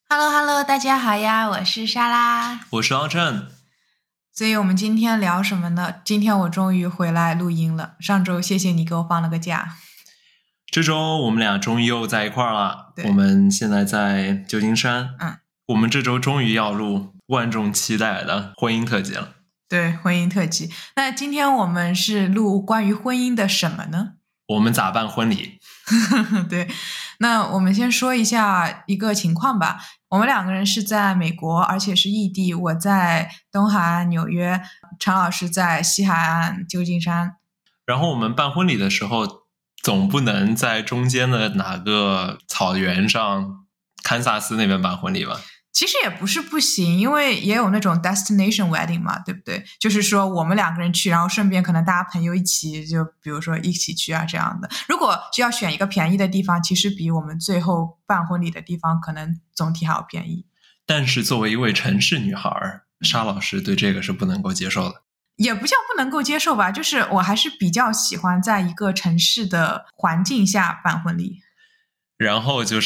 Hello Hello，大家好呀，我是莎拉， 我是阿正。 所以我们今天聊什么呢？今天我终于回来录音了，上周谢谢你给我放了个假。 这周我们俩终于又在一块儿了。 对我们现在在旧金山。 嗯， 我们这周终于要录万众期待的婚姻特辑了。 对，婚姻特辑。那今天我们是录关于婚姻的什么呢？ 我们咋办婚礼？ 对，那我们先说一下一个情况吧。我们两个人是在美国，而且是异地。我在东海岸纽约，陈老师在西海岸旧金山。 然后我们办婚礼的时候，总不能在中间的哪个草原上，堪萨斯那边办婚礼吧？ 其实也不是不行，因为也有那种 destination wedding 嘛，对不对？就是说我们两个人去，然后顺便可能大家朋友一起，就比如说一起去啊这样的。如果就要选一个便宜的地方，其实比我们最后办婚礼的地方可能总体还要便宜。 但是作为一位城市女孩，沙老师对这个是不能够接受的。 也不叫不能够接受吧，就是我还是比较喜欢在一个城市的环境下办婚礼。 然后就是，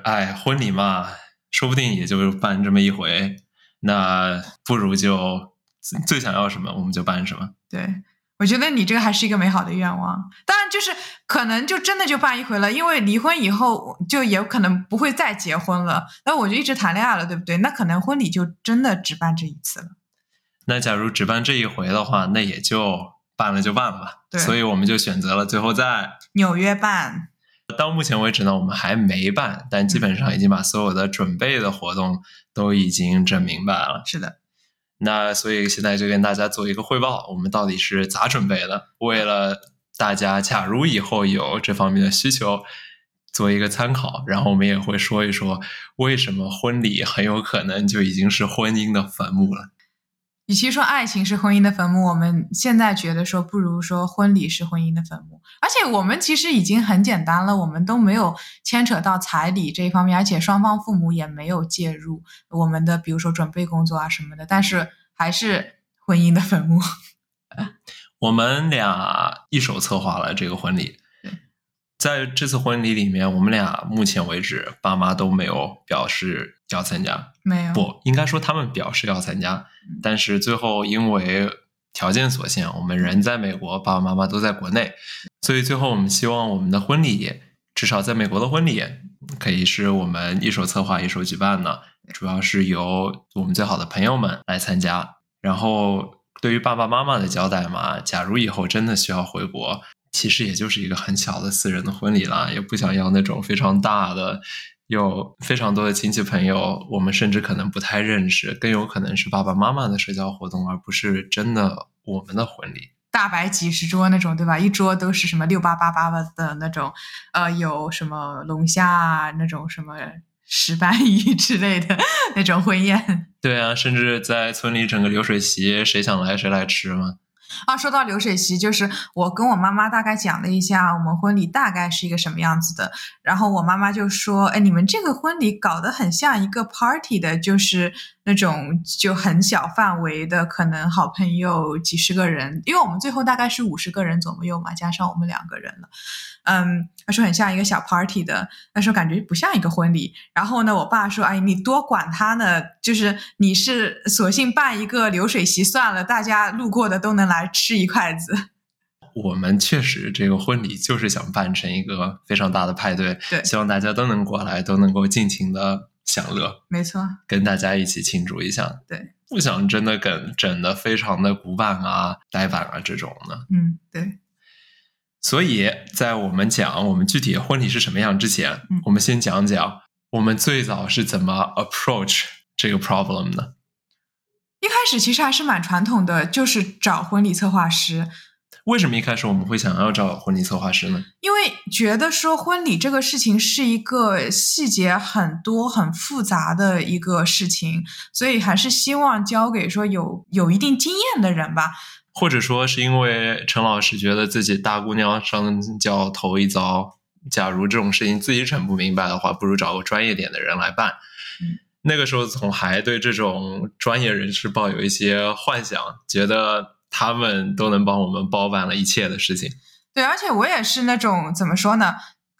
婚礼嘛，说不定也就办这么一回，那不如就最想要什么我们就办什么。 对，我觉得你这个还是一个美好的愿望。当然，就是可能就真的就办一回了，因为离婚以后就也可能不会再结婚了。那我就一直谈恋爱了，对不对？那可能婚礼就真的只办这一次了。 那假如只办这一回的话，那也就办了就办了吧。 对， 所以我们就选择了最后在纽约办。 到目前为止呢，我们还没办，但基本上已经把所有的准备的活动都已经整明白了。 是的。 那所以现在就跟大家做一个汇报，我们到底是咋准备的？为了大家假如以后有这方面的需求，做一个参考，然后我们也会说一说为什么婚礼很有可能就已经是婚姻的坟墓了。 与其说爱情是婚姻的坟墓，我们现在觉得说不如说婚礼是婚姻的坟墓。而且我们其实已经很简单了，我们都没有牵扯到彩礼这一方面，而且双方父母也没有介入我们的比如说准备工作啊什么的，但是还是婚姻的坟墓。 我们俩一手策划了这个婚礼。在这次婚礼里面，我们俩目前为止爸妈都没有表示要参加。 没有， 不应该说他们表示要参加，但是最后因为条件所限，我们人在美国，爸爸妈妈都在国内，所以最后我们希望我们的婚礼，至少在美国的婚礼可以是我们一手策划一手举办的，主要是由我们最好的朋友们来参加。然后对于爸爸妈妈的交代嘛，假如以后真的需要回国，其实也就是一个很小的私人的婚礼啦，也不想要那种非常大的，有非常多的亲戚朋友，我们甚至可能不太认识，更有可能是爸爸妈妈的社交活动，而不是真的我们的婚礼。 大摆几十桌那种，对吧？一桌都是什么6888的那种，有什么龙虾啊，那种什么石斑鱼之类的那种婚宴。 对啊，甚至在村里整个流水席，谁想来谁来吃嘛。 说到流水席，就是我跟我妈妈大概讲了一下我们婚礼大概是一个什么样子的，然后我妈妈就说，哎，你们这个婚礼搞得很像一个 party 的，就是那种就很小范围的，可能好朋友几十个人，因为我们最后大概是50个人左右嘛，加上我们2个人了。他说很像一个小 party 的，他说感觉不像一个婚礼。然后呢，我爸说，哎，你多管他呢，就是你是索性办一个流水席算了，大家路过的都能来吃一筷子。 我们确实这个婚礼就是想办成一个非常大的派对， 对， 希望大家都能过来，都能够尽情的享乐， 没错， 跟大家一起庆祝一下。 对， 不想真的整的非常的古板啊、呆板啊这种的。 对。 所以在我们讲我们具体的婚礼是什么样之前，我们先讲讲我们最早是怎么 approach 这个 problem 的。 一开始其实还是蛮传统的，就是找婚礼策划师。 为什么一开始我们会想要找婚礼策划师呢？ 因为觉得说婚礼这个事情是一个细节很多很复杂的一个事情，所以还是希望交给说有一定经验的人吧。 或者说是因为陈老师觉得自己大姑娘上轿头一遭，假如这种事情自己整不明白的话，不如找个专业点的人来办。那个时候总还对这种专业人士抱有一些幻想，觉得他们都能帮我们包办了一切的事情。 对，而且我也是那种怎么说呢，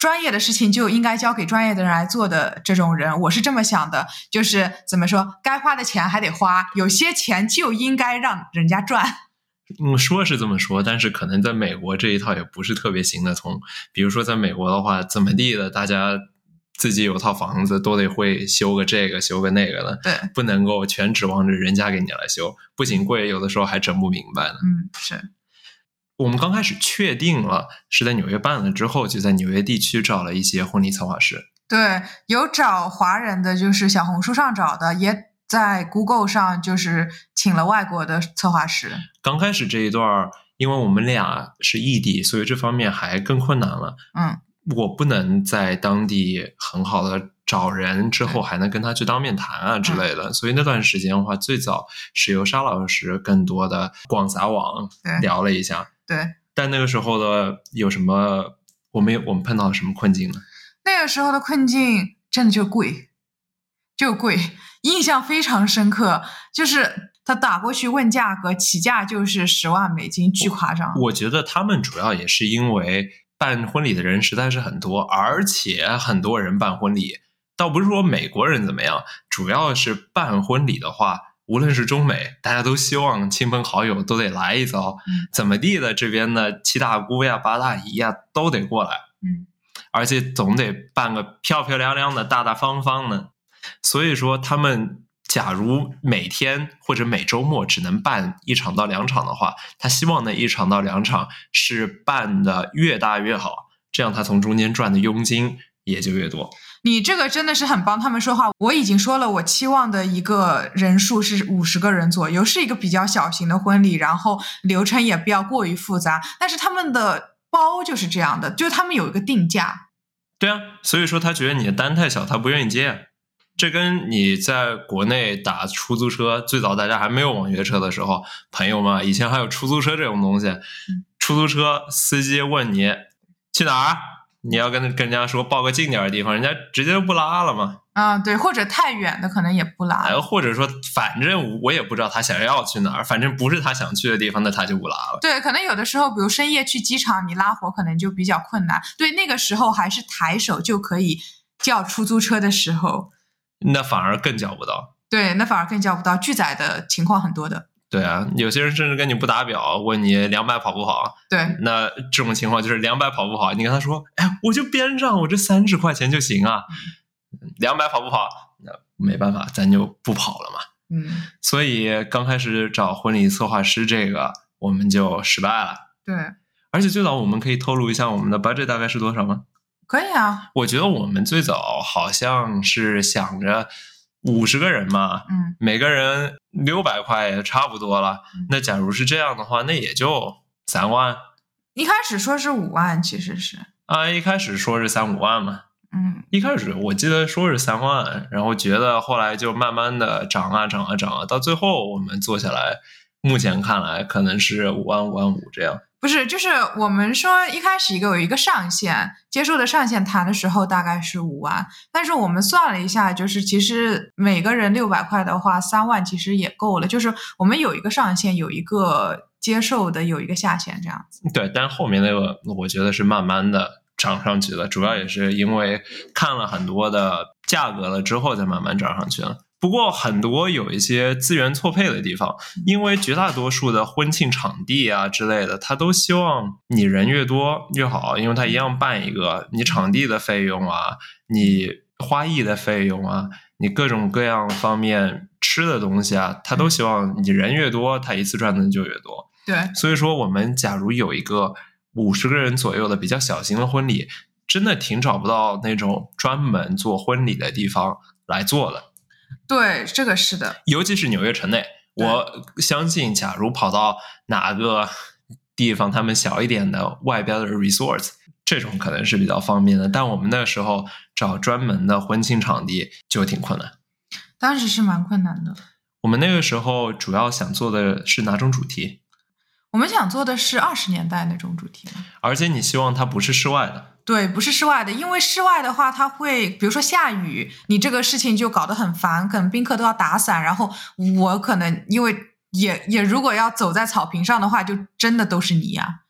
专业的事情就应该交给专业的人来做的这种人，我是这么想的，就是怎么说，该花的钱还得花，有些钱就应该让人家赚。 说是这么说，但是可能在美国这一套也不是特别行得通。比如说在美国的话，怎么地的，大家自己有套房子都得会修个这个修个那个的， 对， 不能够全指望着人家给你来修，不仅贵，有的时候还整不明白呢。 是。 我们刚开始确定了是在纽约办了之后，就在纽约地区找了一些婚礼策划师。 对，有找华人的，就是小红书上找的，也在 Google 上就是请了外国的策划师。 刚开始这一段，因为我们俩是异地，所以这方面还更困难了。我不能在当地很好的找人，之后还能跟他去当面谈啊之类的。所以那段时间的话，最早是由沙老师更多的广撒网聊了一下。 对， 但那个时候的有什么我们碰到了什么困境呢？那个时候的困境真的就贵，印象非常深刻，就是他打过去问价格，起价就是10万美金，巨夸张。 我觉得他们主要也是因为办婚礼的人实在是很多，而且很多人办婚礼，倒不是说美国人怎么样，主要是办婚礼的话，无论是中美，大家都希望亲朋好友都得来一遭，怎么地的，这边的7大姑呀8大姨呀都得过来，而且总得办个漂漂亮亮的大大方方的。所以说他们假如每天或者每周末只能办1场到2场的话，他希望那1场到2场是办的越大越好，这样他从中间赚的佣金也就越多。 你这个真的是很帮他们说话。我已经说了，我期望的一个人数是50个人左右，是一个比较小型的婚礼，然后流程也不要过于复杂。但是他们的包就是这样的，就是他们有一个定价。 对啊，所以说他觉得你的单太小，他不愿意接。这跟你在国内打出租车，最早大家还没有网约车的时候，朋友们以前还有出租车这种东西，出租车司机问你去哪儿，你要跟人家说报个近点的地方，人家直接就不拉了嘛。 对，或者太远的可能也不拉了， 或者说反正我也不知道他想要去哪儿，反正不是他想去的地方，那他就不拉了。 对，可能有的时候比如深夜去机场，你拉活可能就比较困难。对，那个时候还是抬手就可以叫出租车的时候， 那反而更叫不到。 对，那反而更叫不到，拒载的情况很多的。 对啊，有些人甚至跟你不打表，问你200跑不跑。 对， 那这种情况就是200跑不跑，你跟他说，哎，我就边上，我这30块钱就行啊。200跑不跑，那没办法，咱就不跑了嘛。所以刚开始找婚礼策划师这个，我们就失败了。 对， 而且最早我们可以透露一下我们的 budget 大概是多少吗？ 可以啊。 我觉得我们最早好像是想着50个人嘛，每个人600块也差不多了。那假如是这样的话，那也就3万。 一开始说是5万，其实是一开始说是3-5万嘛。一开始我记得说是3万，然后觉得后来就慢慢的涨啊，到最后我们做下来，目前看来可能是5万、5万5这样。 不是，就是我们说一开始有一个上限，接受的上限谈的时候大概是5万，但是我们算了一下，就是其实每个人600块的话，3万其实也够了，就是我们有一个上限，有一个接受的，有一个下限这样子。 对，但后面那个我觉得是慢慢的涨上去了，主要也是因为看了很多的价格了之后再慢慢涨上去了。不过很多有一些资源错配的地方，因为绝大多数的婚庆场地啊之类的，他都希望你人越多越好，因为他一样办一个，你场地的费用啊，你花艺的费用啊，你各种各样方面吃的东西啊，他都希望你人越多，他一次赚的就越多。 对， 所以说我们假如有一个50个人左右的比较小型的婚礼，真的挺找不到那种专门做婚礼的地方来做的。 对，这个是的， 尤其是纽约城内，我相信假如跑到哪个地方他们小一点的外边的 resorts， 这种可能是比较方便的，但我们那时候找专门的婚庆场地就挺困难。 当时是蛮困难的。 我们那个时候主要想做的是哪种主题？ 我们想做的是20年代那种主题， 而且你希望它不是室外的。 对，不是室外的，因为室外的话它会比如说下雨，你这个事情就搞得很烦，可能宾客都要打伞，然后我可能因为也如果要走在草坪上的话，就真的都是泥啊。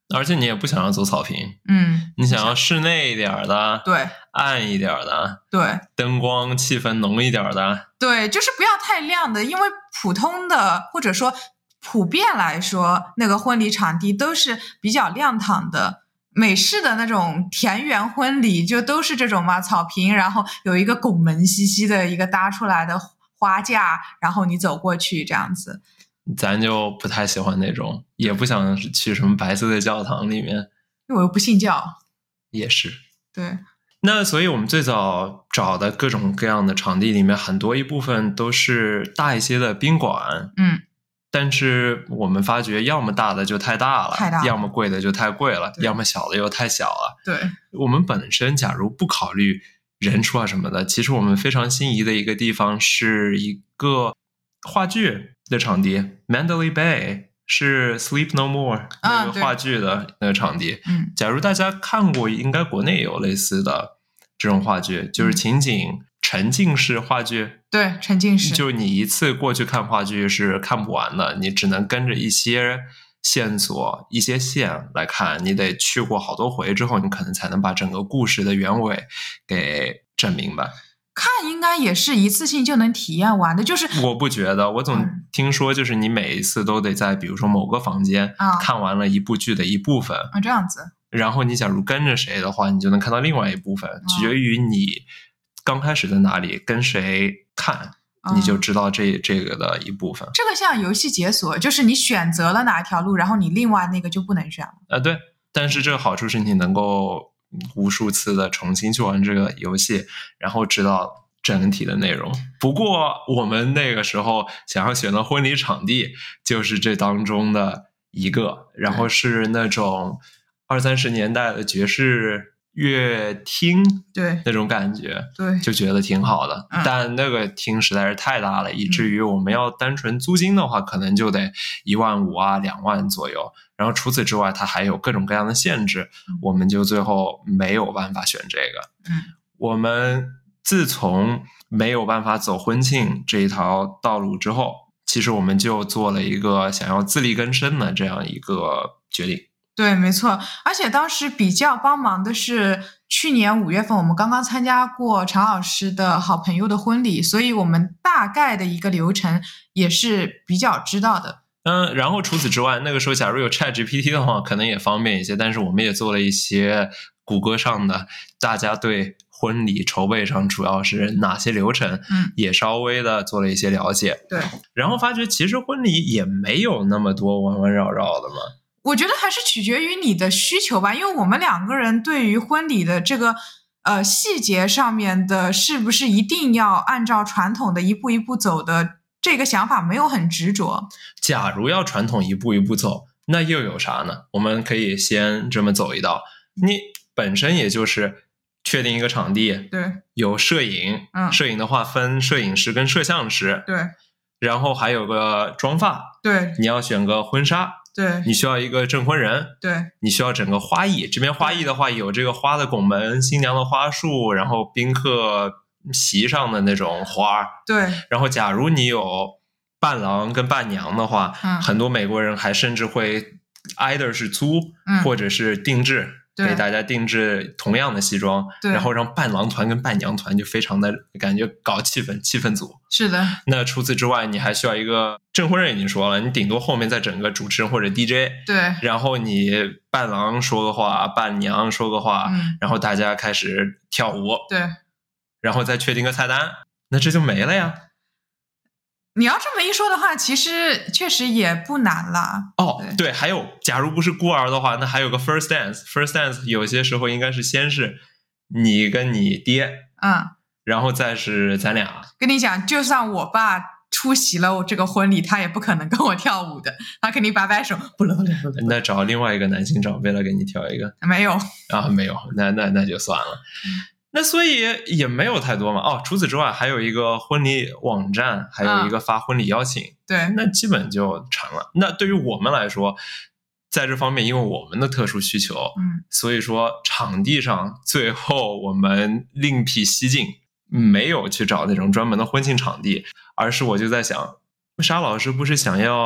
而且你也不想要走草坪，你想要室内一点的， 对， 暗一点的， 对， 灯光气氛浓一点的， 对，就是不要太亮的，因为普通的或者说普遍来说，那个婚礼场地都是比较亮堂的。美式的那种田园婚礼就都是这种嘛，草坪，然后有一个拱门兮兮的一个搭出来的花架，然后你走过去这样子。 咱就不太喜欢那种，也不想去什么白色的教堂里面， 因为我又不信教。 也是。 对。 那所以我们最早找的各种各样的场地里面，很多一部分都是大一些的宾馆，但是我们发觉要么大的就太大了，要么贵的就太贵了，要么小的又太小了。 对， 我们本身假如不考虑人数啊什么的，其实我们非常心仪的一个地方是一个话剧的场地 Mandalay Bay， 是 Sleep No More 那个话剧的那个场地。假如大家看过，应该国内也有类似的这种话剧，就是情景沉浸式话剧。 对，沉浸式， 就你一次过去看话剧是看不完的，你只能跟着一些线索、一些线来看，你得去过好多回之后，你可能才能把整个故事的原委给整明白。 看应该也是一次性就能体验完的，就是我不觉得，我总听说就是你每一次都得在比如说某个房间看完了一部剧的一部分这样子， 然后你假如跟着谁的话，你就能看到另外一部分，取决于你刚开始在哪里跟谁看，你就知道这个的一部分。 这个像游戏解锁，就是你选择了哪条路，然后你另外那个就不能选了。 对，但是这个好处是你能够无数次的重新去玩这个游戏，然后知道整体的内容。不过我们那个时候想要选的婚礼场地就是这当中的一个，然后是那种20-30年代的爵士乐厅， 对那种感觉， 对， 就觉得挺好的。但那个厅实在是太大了，以至于我们要单纯租金的话，可能就得15000啊2万左右。然后除此之外，它还有各种各样的限制，我们就最后没有办法选这个。我们自从没有办法走婚庆这一条道路之后，其实我们就做了一个想要自力更生的这样一个决定。 对，没错。而且当时比较帮忙的是去年5月份我们刚刚参加过常老师的好朋友的婚礼，所以我们大概的一个流程也是比较知道的。 然后除此之外，那个时候假如有 ChatGPT 的话，可能也方便一些。但是我们也做了一些谷歌上的，大家对婚礼筹备上主要是哪些流程，也稍微的做了一些了解。 对， 然后发觉其实婚礼也没有那么多弯弯绕绕的嘛。 我觉得还是取决于你的需求吧，因为我们2个人对于婚礼的这个细节上面的是不是一定要按照传统的一步一步走的这个想法没有很执着。 假如要传统一步一步走，那又有啥呢？我们可以先这么走一道，你本身也就是确定一个场地， 对， 有摄影，摄影的话分摄影师跟摄像师， 对， 然后还有个妆发， 对， 你要选个婚纱， 对， 你需要一个证婚人， 对， 你需要整个花艺。这边花艺的话，有这个花的拱门、新娘的花束，然后宾客席上的那种花， 对。 然后假如你有伴郎跟伴娘的话，很多美国人还甚至会 either 是租，或者是定制。给大家定制同样的西装，然后让伴郎团跟伴娘团就非常的感觉搞气氛组。 是的。 那除此之外，你还需要一个证婚人，已经说了，你顶多后面再整个主持人或者 DJ。 对。 然后你伴郎说个话，伴娘说个话，然后大家开始跳舞。 对。 然后再确定个菜单，那这就没了呀。 你要这么一说的话，其实确实也不难啦。 对，还有，假如不是孤儿的话，那还有个 first dance。first dance 有些时候应该是先是你跟你爹，然后再是咱俩。 跟你讲，就算我爸出席了我这个婚礼，他也不可能跟我跳舞的，他肯定摆摆手，不了。 那找另外一个男性长辈来给你跳一个。 没有啊，没有，那就算了。那所以也没有太多嘛。除此之外还有一个婚礼网站，还有一个发婚礼邀请。 对， 那基本就成了。那对于我们来说，在这方面因为我们的特殊需求，所以说场地上最后我们另辟蹊径，没有去找那种专门的婚庆场地，而是我就在想，沙老师不是想要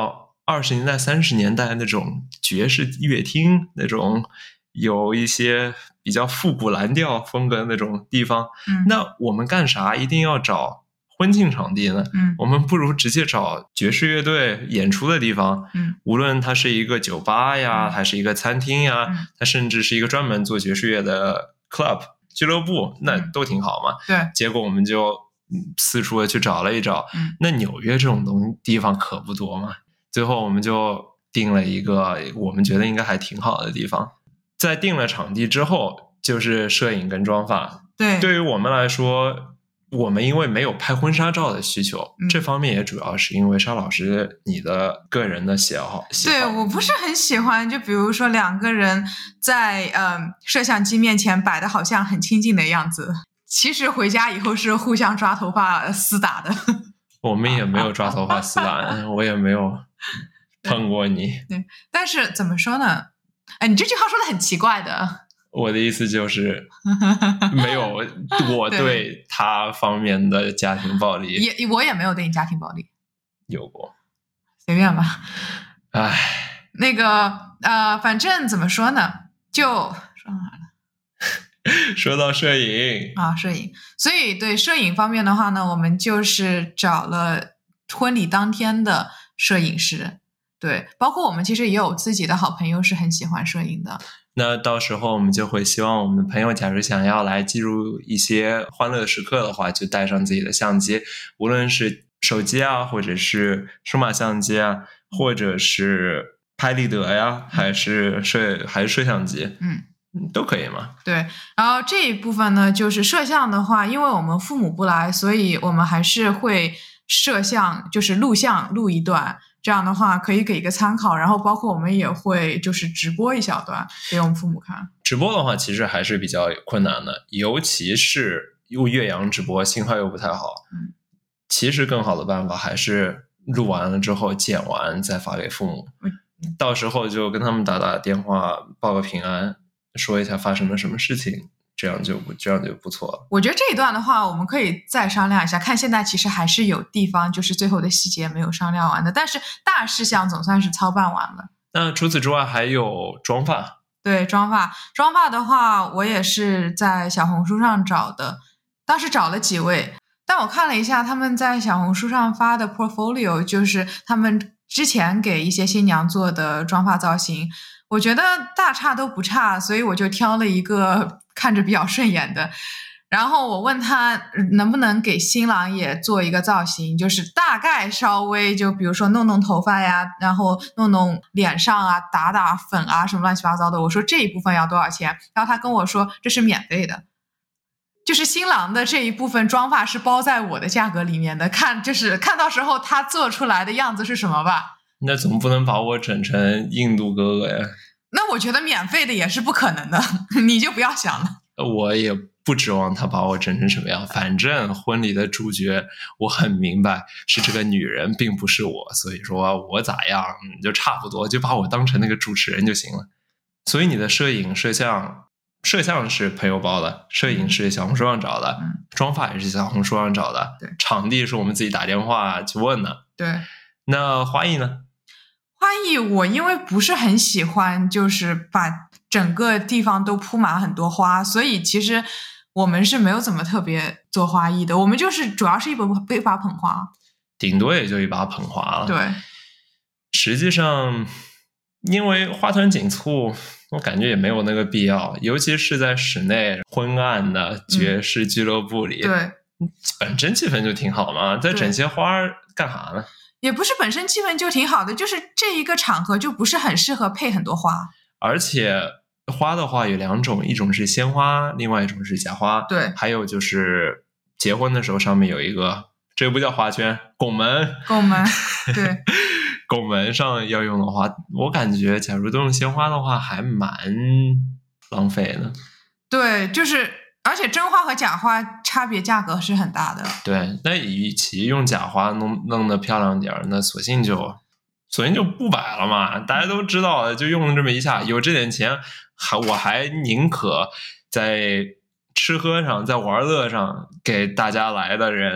20年代、30年代那种爵士乐厅，那种有一些比较复古蓝调风格的那种地方。那我们干啥一定要找婚庆场地呢？我们不如直接找爵士乐队演出的地方。无论它是一个酒吧呀，还是一个餐厅呀，它甚至是一个专门做爵士乐的 club 俱乐部，那都挺好嘛。 对， 结果我们就四处的去找了一找，那纽约这种地方可不多嘛。最后我们就定了一个我们觉得应该还挺好的地方。在定了场地之后，就是摄影跟妆发。对于我们来说，我们因为没有拍婚纱照的需求，这方面也主要是因为沙老师你的个人的喜好。 对，我不是很喜欢，就比如说两个人在摄像机面前摆的好像很亲近的样子，其实回家以后是互相抓头发厮打的。 我们也没有抓头发厮打，我也没有碰过你。 对，但是怎么说呢？哎，你这句话说的很奇怪的。 我的意思就是没有我对他方面的家庭暴力， 我也没有对你家庭暴力。 有过， 随便吧。 唉， 那个反正怎么说呢，就说到哪了？ 说到摄影啊，摄影。所以对摄影方面的话呢，我们就是找了婚礼当天的摄影师。对，包括我们其实也有自己的好朋友是很喜欢摄影的。 那到时候我们就会希望我们的朋友假如想要来记录一些欢乐时刻的话，就带上自己的相机，无论是手机啊，或者是数码相机啊，或者是拍立得呀，还是摄像机，都可以嘛。 对，然后这一部分呢，就是摄像的话，因为我们父母不来，所以我们还是会摄像，就是录像录一段。这样的话可以给一个参考，然后包括我们也会就是直播一小段给我们父母看。 直播的话其实还是比较困难的，尤其是用岳阳直播信号又不太好。其实更好的办法还是录完了之后剪完再发给父母，到时候就跟他们打电话报个平安，说一下发生了什么事情，这样就不错了。 我觉得这一段的话我们可以再商量一下，看现在其实还是有地方就是最后的细节没有商量完的，但是大事项总算是操办完了。 那除此之外还有妆发。 对，妆发的话我也是在小红书上找的，当时找了几位，但我看了一下他们在小红书上发的 portfolio， 就是他们之前给一些新娘做的妆发造型，我觉得大差都不差，所以我就挑了一个看着比较顺眼的。然后我问他能不能给新郎也做一个造型，就是大概稍微就比如说弄头发呀，然后弄脸上啊，打粉啊，什么乱七八糟的。我说这一部分要多少钱？然后他跟我说这是免费的，就是新郎的这一部分妆发是包在我的价格里面的，看到时候他做出来的样子是什么吧。 那总不能把我整成印度哥哥呀？ 那我觉得免费的也是不可能的，你就不要想了。 我也不指望他把我整成什么样，反正婚礼的主角我很明白是这个女人，并不是我，所以说我咋样就差不多，就把我当成那个主持人就行了。所以你的摄像是朋友包的，摄影是小红书上找的，妆发也是小红书上找的， 对， 场地是我们自己打电话去问的。 对， 那花艺呢？ 花艺我因为不是很喜欢就是把整个地方都铺满很多花，所以其实我们是没有怎么特别做花艺的，我们就是主要是一把捧花， 顶多也就一把捧花了。 对， 实际上因为花团锦簇，我感觉也没有那个必要，尤其是在室内昏暗的爵士俱乐部里， 对， 本身气氛就挺好嘛，再整些花干啥呢？ 也不是本身气氛就挺好的，就是这一个场合就不是很适合配很多花。 而且花的话有两种，一种是鲜花，另外一种是假花。 对， 还有就是结婚的时候上面有一个，这个不叫花圈，拱门，对。拱门上要用的话，我感觉假如都用鲜花的话还蛮浪费的。 对，就是而且真花和假花差别价格是很大的。对， 那与其用假花弄得漂亮点，那索性就不摆了嘛，大家都知道了，就用这么一下，有这点钱我还宁可在吃喝上在玩乐上给大家来的人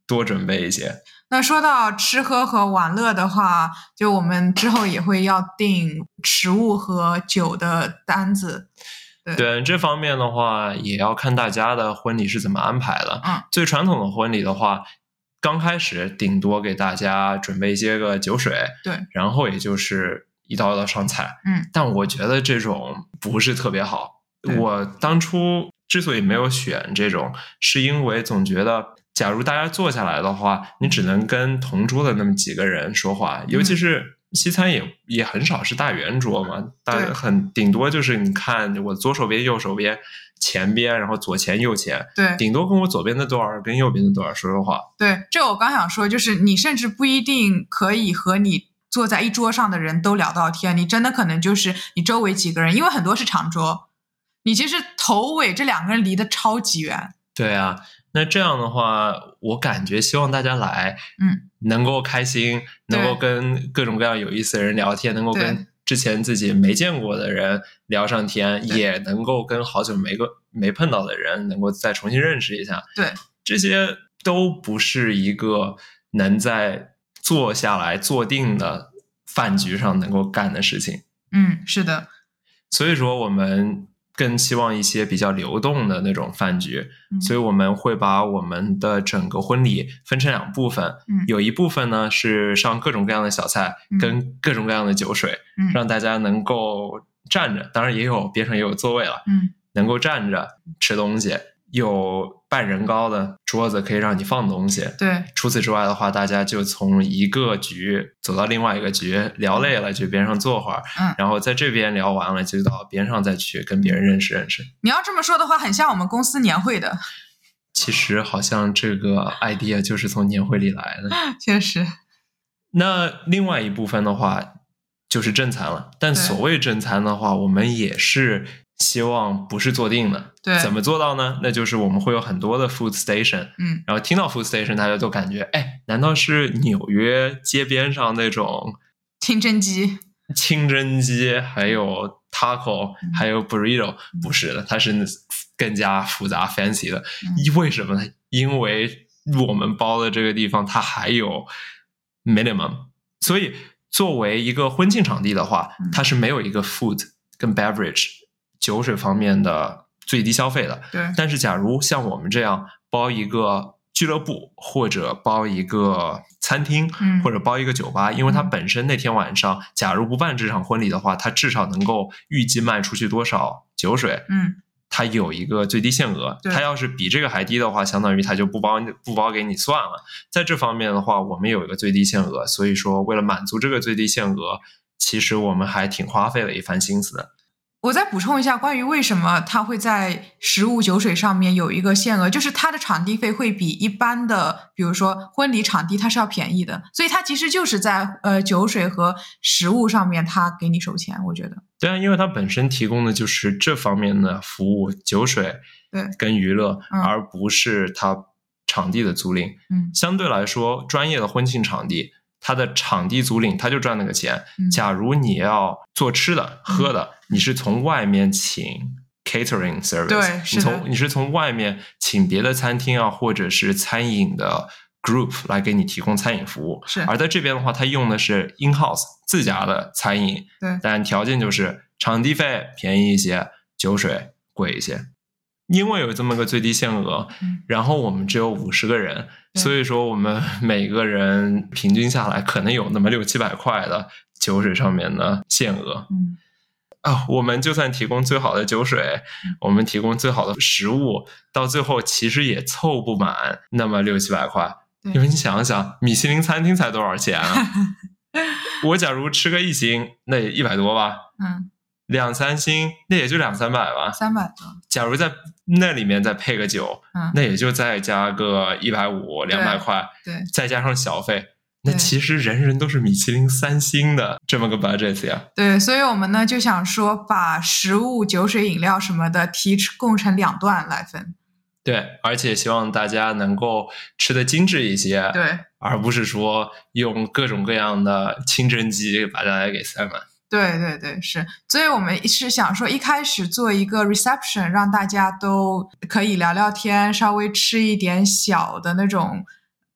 多准备一些。 那说到吃喝和玩乐的话，就我们之后也会要订食物和酒的单子。 对，这方面的话也要看大家的婚礼是怎么安排的。最传统的婚礼的话，刚开始顶多给大家准备一些个酒水， 对， 然后也就是一道一道上菜。但我觉得这种不是特别好。我当初之所以没有选这种，是因为总觉得假如大家坐下来的话，你只能跟同桌的那么几个人说话，尤其是西餐也很少是大圆桌嘛，顶多就是你看我左手边右手边前边，然后左前右前， 对， 顶多跟我左边的多少跟右边的多少说说话。 对，这我刚想说，就是你甚至不一定可以和你坐在一桌上的人都聊到天，你真的可能就是你周围几个人，因为很多是长桌，你其实头尾这两个人离得超级远。 对啊，那这样的话，我感觉希望大家来，能够开心，能够跟各种各样有意思的人聊天，能够跟之前自己没见过的人聊上天，也能够跟好久没碰到的人能够再重新认识一下。 对， 这些都不是一个能在坐下来坐定的饭局上能够干的事情。 是的。 所以说我们更希望一些比较流动的那种饭局，所以我们会把我们的整个婚礼分成2部分，有一部分呢是上各种各样的小菜，跟各种各样的酒水，让大家能够站着，当然边上也有座位了，能够站着吃东西，有半人高的桌子可以让你放东西。 对， 除此之外的话，大家就从一个局走到另外一个局，聊累了就边上坐会儿，然后在这边聊完了就到边上再去跟别人认识认识。 你要这么说的话，很像我们公司年会的。 其实好像这个 idea 就是从年会里来的。 确实。 那另外一部分的话就是正餐了，但所谓正餐的话，我们也是希望不是做定的。 对， 怎么做到呢？那就是我们会有很多的 food station，然后听到 food station 大家都感觉，难道是纽约街边上那种清真鸡还有 taco，还有 burrito？不是的，它是更加复杂 fancy 的。为什么呢？因为我们包的这个地方它还有 minimum， 所以作为一个婚庆场地的话，它是没有一个 food 跟 beverage 酒水方面的最低消费的。 对， 但是假如像我们这样包一个俱乐部，或者包一个餐厅，或者包一个酒吧，因为它本身那天晚上假如不办这场婚礼的话，它至少能够预计卖出去多少酒水，它有一个最低限额，它要是比这个还低的话，相当于它就不包给你算了。在这方面的话，我们有一个最低限额，所以说为了满足这个最低限额，其实我们还挺花费了一番心思的。 我再补充一下，关于为什么它会在食物酒水上面有一个限额，就是它的场地费会比一般的比如说婚礼场地它是要便宜的，所以它其实就是在酒水和食物上面它给你收钱。我觉得对啊，因为它本身提供的就是这方面的服务，酒水跟娱乐，而不是它场地的租赁。相对来说专业的婚庆场地它的场地租赁它就赚那个钱，假如你要做吃的喝的，你是从外面请 catering service， 对， 你是从外面请别的餐厅啊，或者是餐饮的 group 来给你提供餐饮服务。而在这边的话，它用的是 in-house 自家的餐饮，但条件就是场地费便宜一些，酒水贵一些。因为有这么个最低限额，然后我们只有50个人，所以说我们每个人平均下来可能有那么600-700块的酒水上面的限额。我们就算提供最好的酒水，我们提供最好的食物，到最后其实也凑不满那么600-700块。因为你想想，米其林餐厅才多少钱啊？我假如吃个1星，那也100多吧。2-3星那也就200-300吧 ，300多。 假如在那里面再配个酒，那也就再加个150-200块， 对， 再加上小费，那其实人人都是米其林3星的这么个 budget 呀。 对，所以我们呢就想说把食物、酒水、饮料什么的提供成2段来分。 对，而且希望大家能够吃得精致一些， 对， 而不是说用各种各样的清真鸡把大家给塞满。 对，是，所以我们是想说一开始做一个 reception， 让大家都可以聊聊天，稍微吃一点小的那种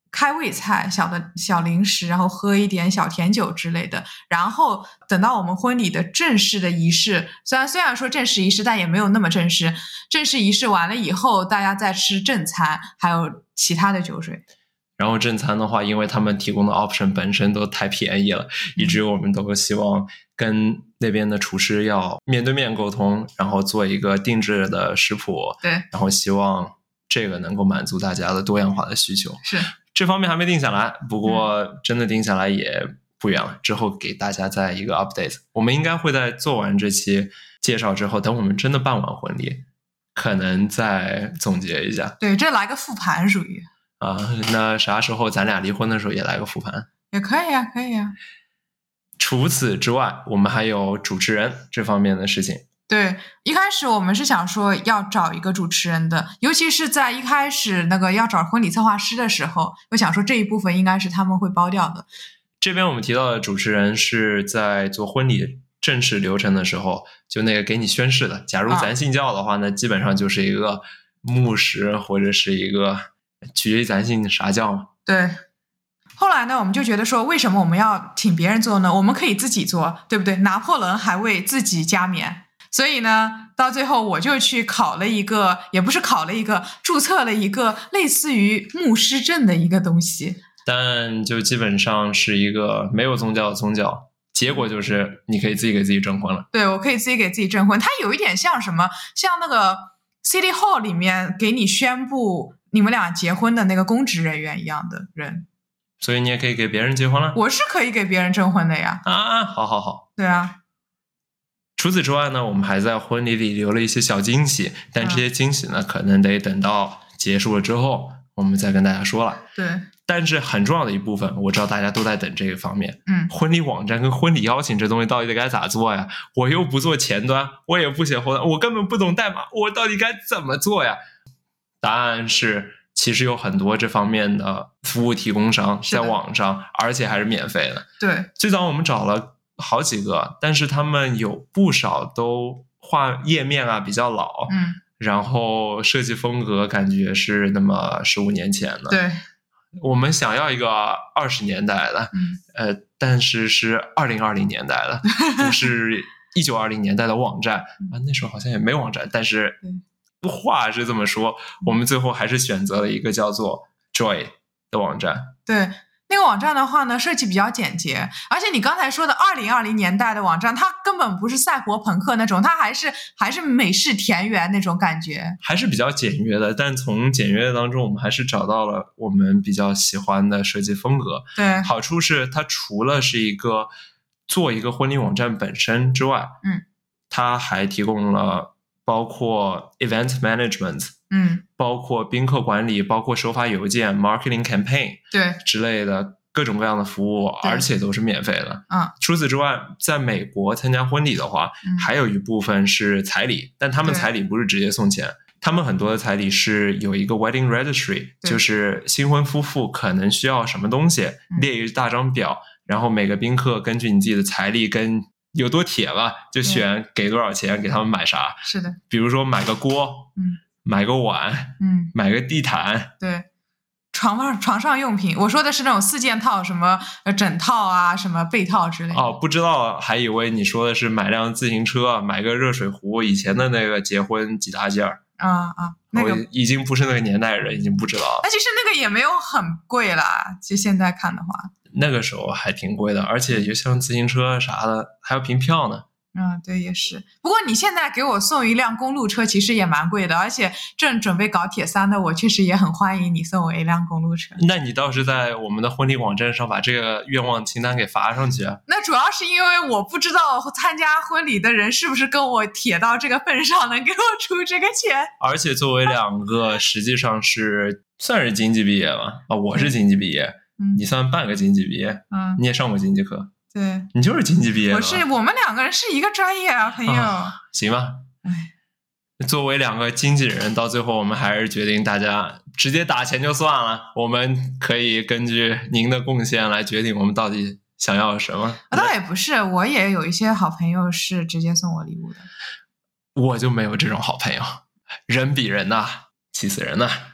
开胃菜、小零食，然后喝一点小甜酒之类的，然后等到我们婚礼的正式的仪式，虽然说正式仪式，但也没有那么正式。正式仪式完了以后，大家再吃正餐，还有其他的酒水。 然后正餐的话，因为他们提供的 option 本身都太便宜了，以至于我们都希望跟那边的厨师要面对面沟通，然后做一个定制的食谱， 对， 然后希望这个能够满足大家的多样化的需求。 是， 这方面还没定下来，不过真的定下来也不远了，之后给大家再一个 update。我们应该会在做完这期介绍之后，等我们真的办完婚礼，可能再总结一下。 对，这来个复盘属于。 那啥时候咱俩离婚的时候也来个复盘？ 也可以啊，可以啊。 除此之外，我们还有主持人这方面的事情。 对，一开始我们是想说要找一个主持人的，尤其是在一开始那个要找婚礼策划师的时候，我想说这一部分应该是他们会包掉的。 这边我们提到的主持人是在做婚礼正式流程的时候，就那个给你宣誓的。假如咱信教的话呢，基本上就是一个牧师或者是一个，取决于咱信啥教嘛。 对。后来呢，我们就觉得说，为什么我们要请别人做呢？我们可以自己做，对不对？拿破仑还为自己加冕。所以呢，到最后我就去考了一个，也不是考了一个，注册了一个类似于牧师证的一个东西。 但就基本上是一个没有宗教的宗教，结果就是你可以自己给自己证婚了。 对，我可以自己给自己证婚。它有一点像什么？像那个 City Hall 里面给你宣布你们俩结婚的那个公职人员一样的人。 所以你也可以给别人结婚了？ 我是可以给别人证婚的呀。 好。 对啊。 除此之外呢，我们还在婚礼里留了一些小惊喜，但这些惊喜呢，可能得等到结束了之后，我们再跟大家说了。 对。 但是很重要的一部分，我知道大家都在等这个方面。婚礼网站跟婚礼邀请这东西到底该咋做呀？我又不做前端，我也不写后端，我根本不懂代码，我到底该怎么做呀？答案是，其实有很多这方面的服务提供商在网上，而且还是免费的。 对， 最早我们找了好几个，但是他们有不少都画页面啊比较老，然后设计风格感觉是那么15年前的。 对， 我们想要一个20年代的，但是是2020年代的，不是1920年代的网站那时候好像也没网站，但是话是这么说，我们最后还是选择了一个叫做 Joy 的网站。 对，那个网站的话呢，设计比较简洁，而且你刚才说的2020年代的网站，它根本不是赛博朋克那种，它还是美式田园那种感觉， 还是比较简约的。但从简约当中，我们还是找到了我们比较喜欢的设计风格。 对， 好处是它除了是做一个婚礼网站本身之外，它还提供了包括 event management，包括宾客管理，包括收发邮件 marketing campaign 对之类的各种各样的服务，而且都是免费的。除此之外，在美国参加婚礼的话，还有一部分是彩礼，但他们彩礼不是直接送钱，他们很多的彩礼是有一个 wedding registry， 就是新婚夫妇可能需要什么东西，列一大张表，然后每个宾客根据你自己的财力跟有多铁吧，就选给多少钱给他们买啥。 是的， 比如说买个锅，买个碗，买个地毯， 对，床上用品，我说的是那种4件套，什么枕套啊，什么被套之类的。 不知道，还以为你说的是买辆自行车，买个热水壶，以前的那个结婚几大件儿。那个我已经不是那个年代人，已经不知道了。 其实那个也没有很贵啦，就现在看的话， 那个时候还挺贵的，而且就像自行车啥的还要凭票呢。 对，也是。不过你现在给我送一辆公路车，其实也蛮贵的，而且正准备搞铁三的我，确实也很欢迎你送我一辆公路车。 那你倒是在我们的婚礼网站上把这个愿望清单给发上去啊。 那主要是因为我不知道参加婚礼的人是不是跟我铁到这个份上，能给我出这个钱。 而且作为两个实际上算是经济毕业吧，我是经济毕业，你算半个经济毕业，你也上过经济课。 对， 你就是经济毕业的。 我们两个人是一个专业啊，朋友。 行吧。作为两个经纪人，到最后我们还是决定大家直接打钱就算了，我们可以根据您的贡献来决定我们到底想要什么。 倒也不是，我也有一些好朋友是直接送我礼物的。 我就没有这种好朋友，人比人呐，气死人呐。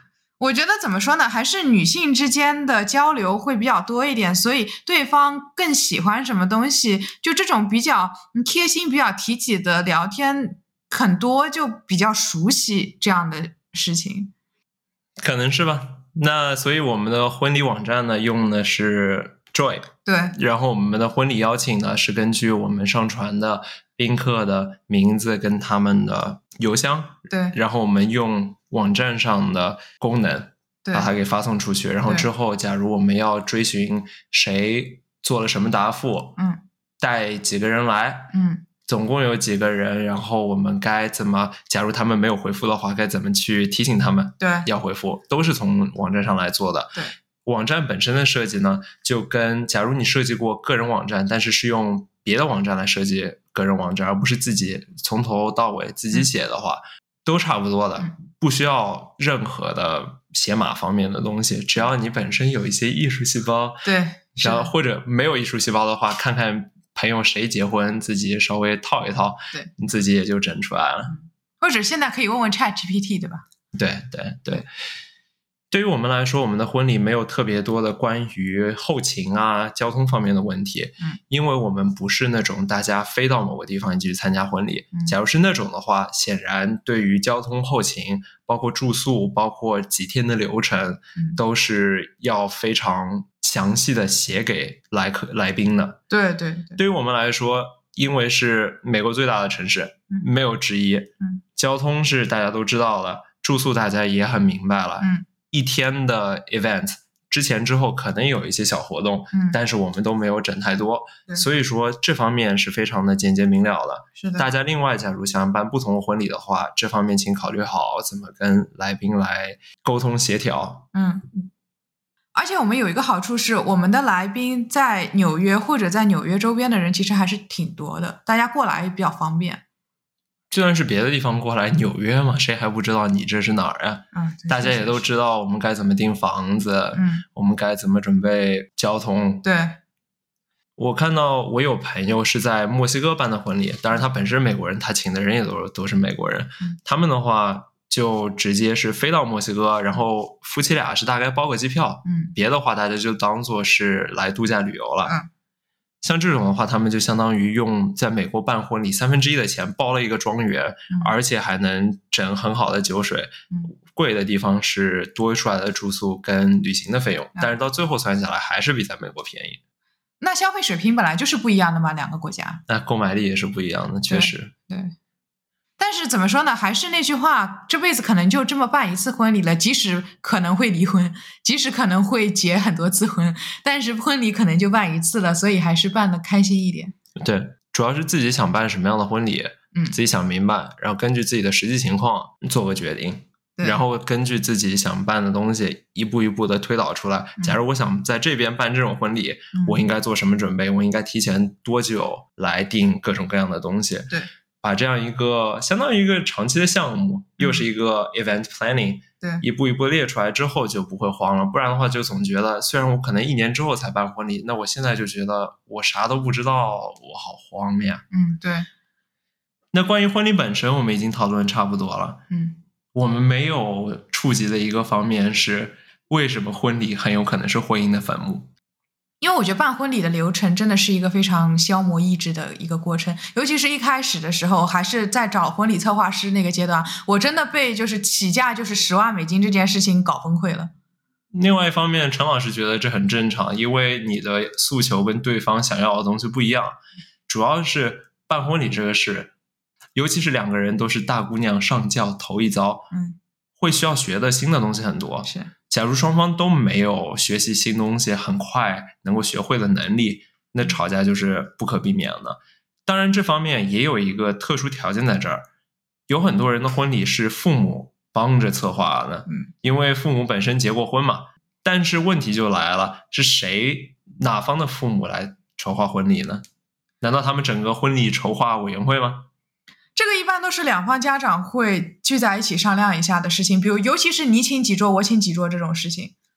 我觉得怎么说呢，还是女性之间的交流会比较多一点，所以对方更喜欢什么东西，就这种比较贴心、比较体己的聊天，很多就比较熟悉这样的事情。 可能是吧。那所以我们的婚礼网站呢，用的是 Joy， 对， 然后我们的婚礼邀请呢，是根据我们上传的宾客的名字跟他们的邮箱， 对， 然后我们用网站上的功能把它给发送出去，然后之后假如我们要追寻谁做了什么答复，带几个人来，总共有几个人，然后我们该怎么，假如他们没有回复的话，该怎么去提醒他们要回复，都是从网站上来做的。 对， 网站本身的设计呢，就跟假如你设计过个人网站，但是用别的网站来设计个人网站，而不是自己从头到尾自己写的话，都差不多的，不需要任何的写码方面的东西，只要你本身有一些艺术细胞， 对， 然后或者没有艺术细胞的话，看看朋友谁结婚，自己稍微套一套， 对， 你自己也就整出来了。 或者现在可以问问 ChatGPT， 对吧？ 对。对于我们来说，我们的婚礼没有特别多的关于后勤啊、交通方面的问题，因为我们不是那种大家飞到某个地方去参加婚礼。假如是那种的话，显然对于交通后勤，包括住宿，包括几天的流程，都是要非常详细的写给来宾的。对。对于我们来说，因为是美国最大的城市，没有之一。交通是大家都知道了，住宿大家也很明白了。一天的 event 之前之后可能有一些小活动，但是我们都没有整太多，所以说这方面是非常的简洁明了的。 是的。 大家另外假如想办不同的婚礼的话，这方面请考虑好怎么跟来宾来沟通协调。 而且我们有一个好处是，我们的来宾在纽约或者在纽约周边的人其实还是挺多的，大家过来也比较方便。 就算是别的地方过来，纽约嘛，谁还不知道你这是哪儿啊？大家也都知道我们该怎么订房子，我们该怎么准备交通。 对， 我看到我有朋友是在墨西哥办的婚礼，当然他本身是美国人，他请的人也都是美国人。他们的话就直接是飞到墨西哥，然后夫妻俩是大概包个机票，别的话大家就当做是来度假旅游了。像这种的话，他们就相当于用在美国办婚礼1/3的钱包了一个庄园，而且还能整很好的酒水。贵的地方是多出来的住宿跟旅行的费用，但是到最后算下来还是比在美国便宜。 那消费水平本来就是不一样的嘛，两个国家。 那购买力也是不一样的，确实。 对。但是怎么说呢，还是那句话，这辈子可能就这么办一次婚礼了，即使可能会离婚，即使可能会结很多次婚，但是婚礼可能就办一次了，所以还是办得开心一点。 对，主要是自己想办什么样的婚礼，自己想明白，然后根据自己的实际情况做个决定，然后根据自己想办的东西一步一步的推导出来。假如我想在这边办这种婚礼，我应该做什么准备，我应该提前多久来订各种各样的东西。 对， 把这样一个相当于一个长期的项目，又是一个 event planning， 对， 一步一步列出来之后就不会慌了。不然的话就总觉得，虽然我可能1年之后才办婚礼，那我现在就觉得我啥都不知道，我好慌呀。 对。 那关于婚礼本身我们已经讨论差不多了。我们没有触及的一个方面是，为什么婚礼很有可能是婚姻的坟墓。 因为我觉得办婚礼的流程真的是一个非常消磨意志的一个过程，尤其是一开始的时候，还是在找婚礼策划师那个阶段，我真的被就是起价就是$10万这件事情搞崩溃了。 另外一方面，陈老师觉得这很正常，因为你的诉求跟对方想要的东西不一样。主要是办婚礼这个事，尤其是2个人都是大姑娘上轿头一遭，会需要学的新的东西很多。 是。 假如双方都没有学习新东西很快能够学会的能力，那吵架就是不可避免的。当然这方面也有一个特殊条件在这儿，有很多人的婚礼是父母帮着策划的，因为父母本身结过婚嘛。但是问题就来了，是谁哪方的父母来筹划婚礼呢？难道他们整个婚礼筹划委员会吗？ 这个一般都是2方家长会聚在一起商量一下的事情，比如尤其是你请几桌我请几桌这种事情。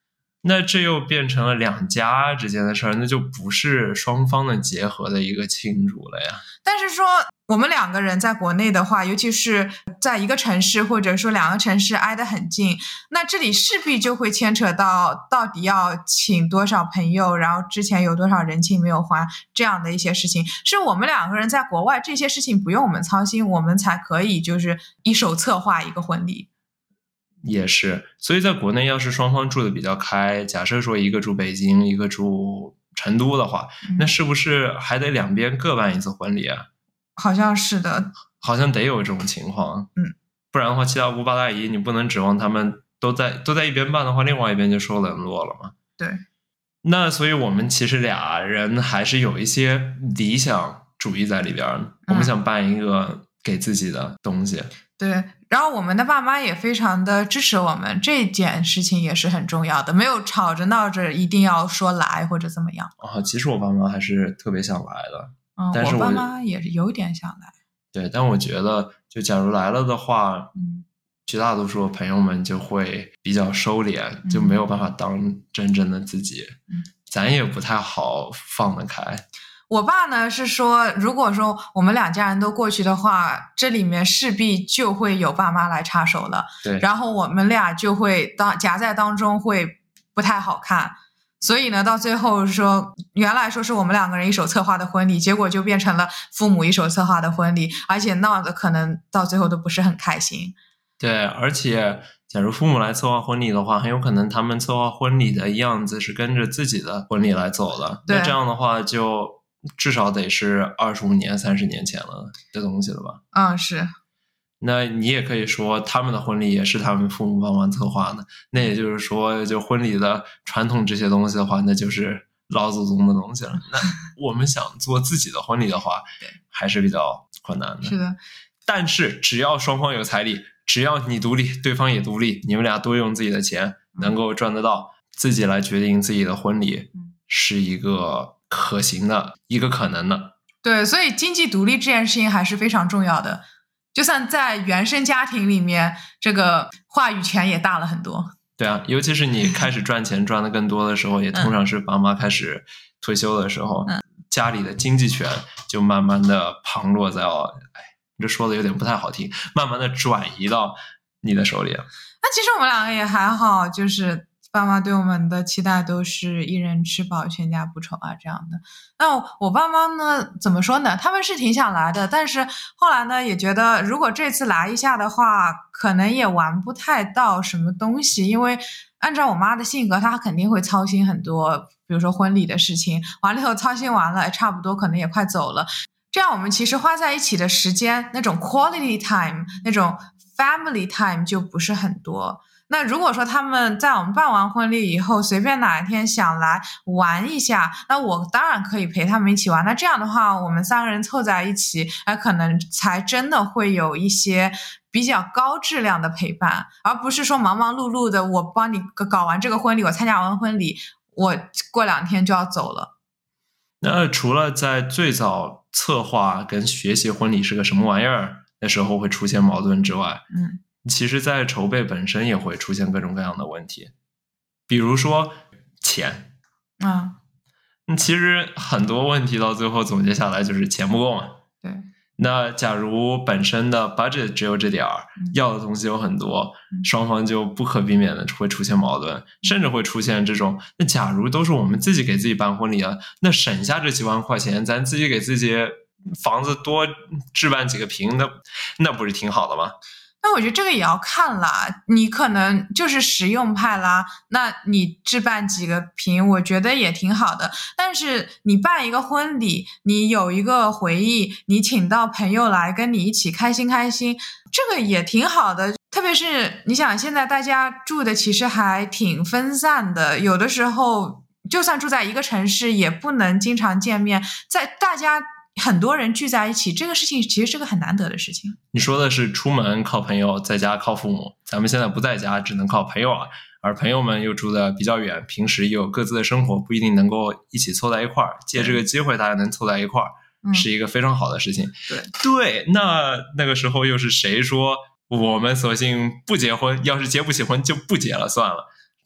那这又变成了两家之间的事儿，那就不是双方的结合的一个庆祝了呀。 但是说我们两个人在国内的话，尤其是在一个城市或者说两个城市挨得很近，那这里势必就会牵扯到底要请多少朋友，然后之前有多少人情没有还，这样的一些事情，是我们两个人在国外这些事情不用我们操心，我们才可以就是一手策划一个婚礼。 也是，所以在国内要是双方住的比较开，假设说一个住北京一个住成都的话，那是不是还得两边各办一次婚礼啊？ 好像是的， 好像得有这种情况。不然的话七大姑八大姨你不能指望他们都在一边办的话，另外一边就受冷落了嘛。 对， 那所以我们其实俩人还是有一些理想主义在里边，我们想办一个给自己的东西。 对，然后我们的爸妈也非常的支持我们，这件事情也是很重要的，没有吵着闹着一定要说来或者怎么样。 其实我爸妈还是特别想来的。但是我爸妈也是有点想来。 对，但我觉得就假如来了的话，绝大多数朋友们就会比较收敛，就没有办法当真正的自己，咱也不太好放得开。 我爸呢是说，如果说我们两家人都过去的话，这里面势必就会有爸妈来插手了。 对， 然后我们俩就会夹在当中，会不太好看。所以呢，到最后说，原来说是我们两个人一手策划的婚礼，结果就变成了父母一手策划的婚礼，而且闹得可能到最后都不是很开心。 对，而且假如父母来策划婚礼的话，很有可能他们策划婚礼的样子是跟着自己的婚礼来走的。那这样的话就至少得是25年30年前了的东西了吧。 是。 那你也可以说他们的婚礼也是他们父母帮忙策划的，那也就是说就婚礼的传统这些东西的话，那就是老祖宗的东西了。那我们想做自己的婚礼的话还是比较困难的。 是的， 但是只要双方有财力，只要你独立对方也独立，你们俩都用自己的钱能够赚得到，自己来决定自己的婚礼是一个可行的一个可能的。 对，所以经济独立这件事情还是非常重要的，就算在原生家庭里面，这个话语权也大了很多。 对啊，尤其是你开始赚钱赚的更多的时候，也通常是爸妈开始退休的时候，家里的经济权就慢慢的旁落在这说的有点不太好听，慢慢的转移到你的手里了。 那其实我们两个也还好，就是爸妈对我们的期待都是一人吃饱全家不愁啊这样的。那我爸妈呢怎么说呢，他们是挺想来的，但是后来呢也觉得如果这次来一下的话可能也玩不太到什么东西，因为按照我妈的性格她肯定会操心很多，比如说婚礼的事情，完了以后操心完了差不多可能也快走了，这样我们其实花在一起的时间那种 quality time 那种 family time 就不是很多。那如果说他们在我们办完婚礼以后随便哪一天想来玩一下，那我当然可以陪他们一起玩，那这样的话我们3个人凑在一起可能才真的会有一些比较高质量的陪伴，而不是说忙忙碌碌的我帮你搞完这个婚礼，我参加完婚礼我过2天就要走了。 那除了在最早策划跟学习婚礼是个什么玩意儿的时候会出现矛盾之外，其实在筹备本身也会出现各种各样的问题，比如说钱其实很多问题到最后总结下来就是钱不够嘛。 对， 那假如本身的 budget 只有这点儿，要的东西有很多，双方就不可避免的会出现矛盾，甚至会出现这种，那假如都是我们自己给自己办婚礼啊，那省下这几万块钱咱自己给自己房子多置办几个坪，那不是挺好的吗？ 那我觉得这个也要看啦，你可能就是实用派啦，那你置办几个坪我觉得也挺好的，但是你办一个婚礼，你有一个回忆，你请到朋友来跟你一起开心开心，这个也挺好的。特别是你想现在大家住的其实还挺分散的，有的时候就算住在一个城市也不能经常见面，在大家很多人聚在一起，这个事情其实是个很难得的事情。 你说的是出门靠朋友，在家靠父母，咱们现在不在家只能靠朋友了，而朋友们又住得比较远，平时也有各自的生活，不一定能够一起凑在一块儿，借这个机会大家能凑在一块儿是一个非常好的事情。对，那个时候又是谁说我们索性不结婚，要是结不起婚就不结了算了，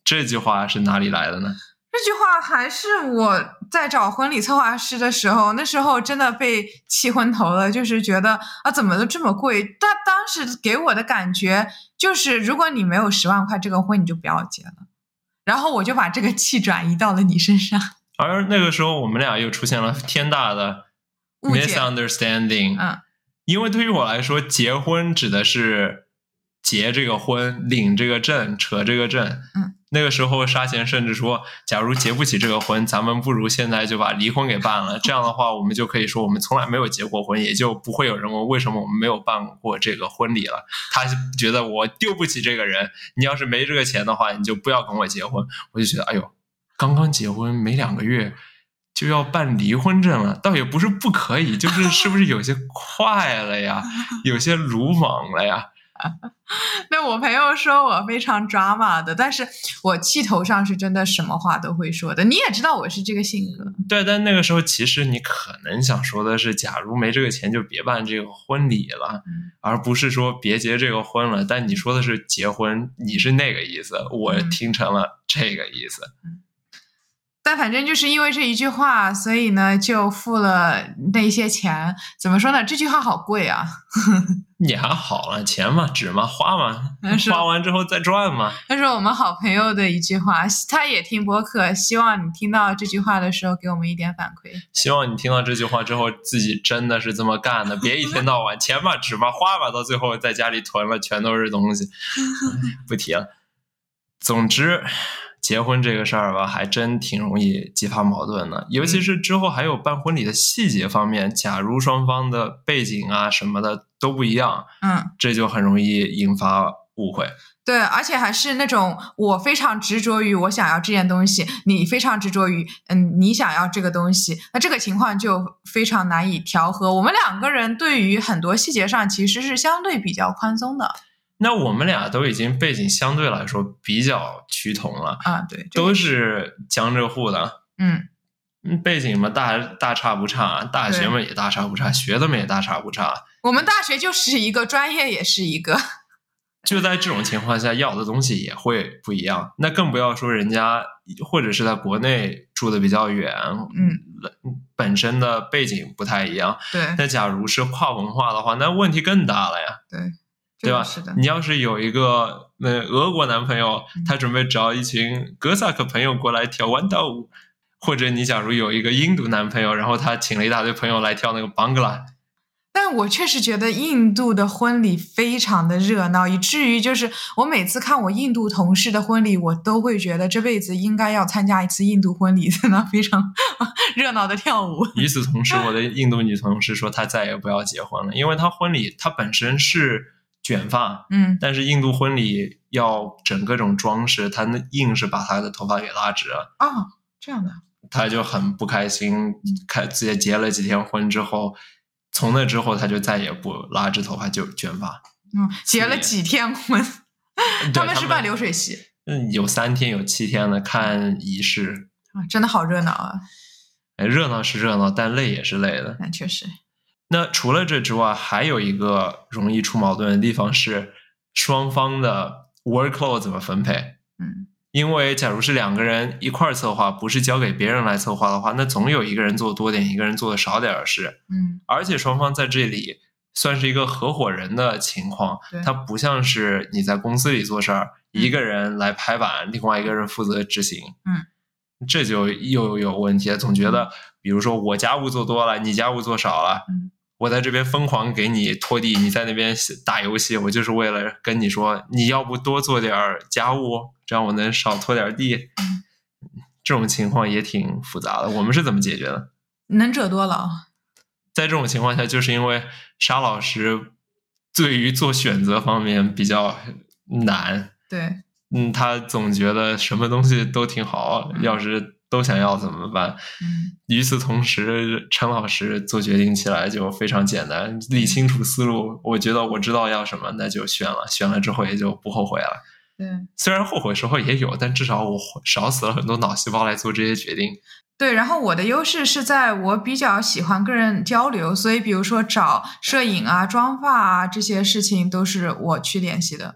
这句话是哪里来的呢？ 这句话还是我在找婚礼策划师的时候，那时候真的被气昏头了，就是觉得啊，怎么都这么贵？但当时给我的感觉就是，如果你没有10万块，这个婚你就不要结了。然后我就把这个气转移到了你身上。 而那个时候我们俩又出现了天大的 misunderstanding。因为对于我来说，结婚指的是结这个婚，领这个证，扯这个证。那个时候沙贤甚至说，假如结不起这个婚，咱们不如现在就把离婚给办了，这样的话我们就可以说我们从来没有结过婚，也就不会有人问为什么我们没有办过这个婚礼了。他觉得我丢不起这个人，你要是没这个钱的话，你就不要跟我结婚。我就觉得哎呦，刚刚结婚没2个月就要办离婚证了，倒也不是不可以，就是是不是有些快了呀，有些鲁莽了呀。 那我朋友说我非常 drama 的，但是我气头上是真的什么话都会说的。你也知道我是这个性格。 对，但那个时候其实你可能想说的是，假如没这个钱就别办这个婚礼了，而不是说别结这个婚了。但你说的是结婚，你是那个意思，我听成了这个意思。 但反正就是因为这一句话，所以呢就付了那些钱。怎么说呢？这句话好贵啊。 也还好了，钱嘛，纸嘛，花嘛，花完之后再赚嘛。 那是我们好朋友的一句话，他也听播客，希望你听到这句话的时候给我们一点反馈。 希望你听到这句话之后自己真的是这么干的，别一天到晚钱嘛，纸嘛，花嘛，到最后在家里囤了全都是东西。不提了。总之结婚这个事儿吧，还真挺容易激发矛盾的，尤其是之后还有办婚礼的细节方面，假如双方的背景啊什么的都不一样，这就很容易引发误会。 对，而且还是那种我非常执着于我想要这件东西，你非常执着于你想要这个东西，那这个情况就非常难以调和。我们2个人对于很多细节上其实是相对比较宽松的。 那我们俩都已经背景相对来说比较趋同了啊，对， 都是江浙沪的，背景嘛大差不差，大学嘛也大差不差，学的嘛也大差不差。 我们大学就是一个，专业也是一个。 就在这种情况下，要的东西也会不一样。那更不要说人家或者是在国内住的比较远，本身的背景不太一样。 对。 那假如是跨文化的话，那问题更大了呀。对吧？ 是的。 你要是有一个俄国男朋友，他准备找一群哥萨克朋友过来跳弯道舞，或者你假如有一个印度男朋友，然后他请了一大堆朋友来跳那个邦格拉。 但我确实觉得印度的婚礼非常的热闹，以至于就是我每次看我印度同事的婚礼，我都会觉得这辈子应该要参加一次印度婚礼，在那非常热闹的跳舞。 与此同时，我的印度女同事说她再也不要结婚了，因为她婚礼她本身是卷发，但是印度婚礼要整各种装饰，她硬是把她的头发给拉直了。 这样的。 她就很不开心，自己结了几天婚之后，从那之后她就再也不拉直头发，就卷发。 结了几天婚？他们是办流水席。 有3天有7天的，看仪式。 真的好热闹啊。 热闹是热闹，但累也是累的。 那确实。 那除了这之外，还有一个容易出矛盾的地方是双方的 workload 怎么分配。因为假如是2个人一块策划，不是交给别人来策划的话，那总有一个人做多点，一个人做的少点的事。而且双方在这里算是一个合伙人的情况，它不像是你在公司里做事儿，一个人来拍板，另外一个人负责执行。这就又有问题了。总觉得比如说我家务做多了，你家务做少了，我在这边疯狂给你拖地，你在那边打游戏，我就是为了跟你说你要不多做点家务，这样我能少拖点地。这种情况也挺复杂的，我们是怎么解决的？ 能者多劳。 在这种情况下，就是因为沙老师对于做选择方面比较难。 对。 他总觉得什么东西都挺好，要是都想要怎么办？与此同时，陈老师做决定起来就非常简单，理清楚思路，我觉得我知道要什么，那就选了，选了之后也就不后悔了。 对， 虽然后悔时候也有，但至少我少死了很多脑细胞来做这些决定。 对，然后我的优势是在我比较喜欢跟人交流，所以比如说找摄影啊、妆发啊这些事情都是我去联系的。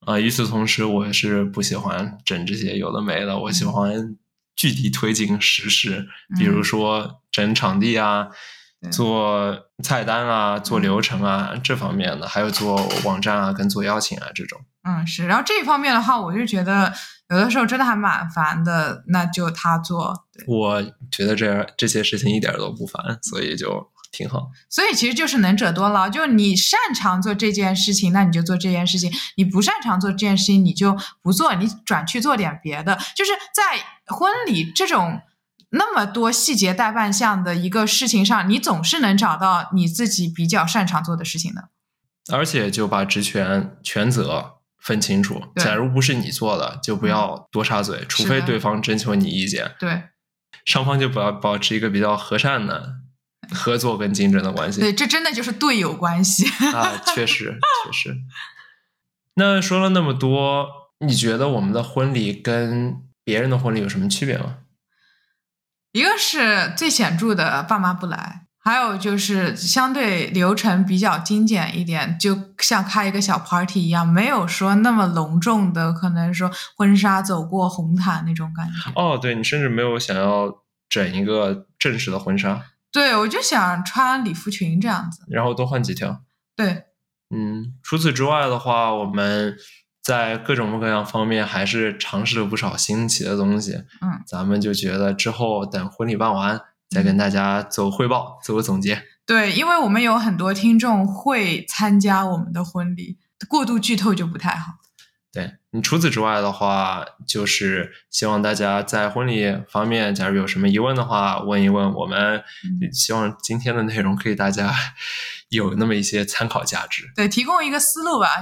与此同时，我是不喜欢整这些有的没的，我喜欢具体推进实事，比如说整场地啊，做菜单啊，做流程啊，这方面的，还有做网站啊，跟做邀请啊这种。 是。然后这一方面的话，我就觉得有的时候真的还蛮烦的，那就他做。对， 我觉得这些事情一点都不烦，所以就挺好。 所以其实就是能者多劳，就是你擅长做这件事情，那你就做这件事情；你不擅长做这件事情，你就不做，你转去做点别的。就是在婚礼这种那么多细节待办项的一个事情上，你总是能找到你自己比较擅长做的事情的。 而且就把职权权责分清楚，假如不是你做的，就不要多插嘴，除非对方征求你意见。 对， 双方就保持一个比较和善的合作跟竞争的关系。 对，这真的就是队友关系啊，确实。那说了那么多，你觉得我们的婚礼跟别人的婚礼有什么区别吗？ 一个是最显著的爸妈不来，还有就是相对流程比较精简一点，就像开一个小 party 一样，没有说那么隆重的，可能说婚纱走过红毯那种感觉。 哦，对，你甚至没有想要整一个正式的婚纱。 对，我就想穿礼服裙这样子， 然后多换几条。 对， 除此之外的话，我们在各种各样方面还是尝试了不少新奇的东西。咱们就觉得之后等婚礼办完，再跟大家做汇报，做个总结。 对，因为我们有很多听众会参加我们的婚礼，过度剧透就不太好。 对，你除此之外的话，就是希望大家在婚礼方面，假如有什么疑问的话，问一问我们。希望今天的内容可以大家有那么一些参考价值。 对，提供一个思路吧。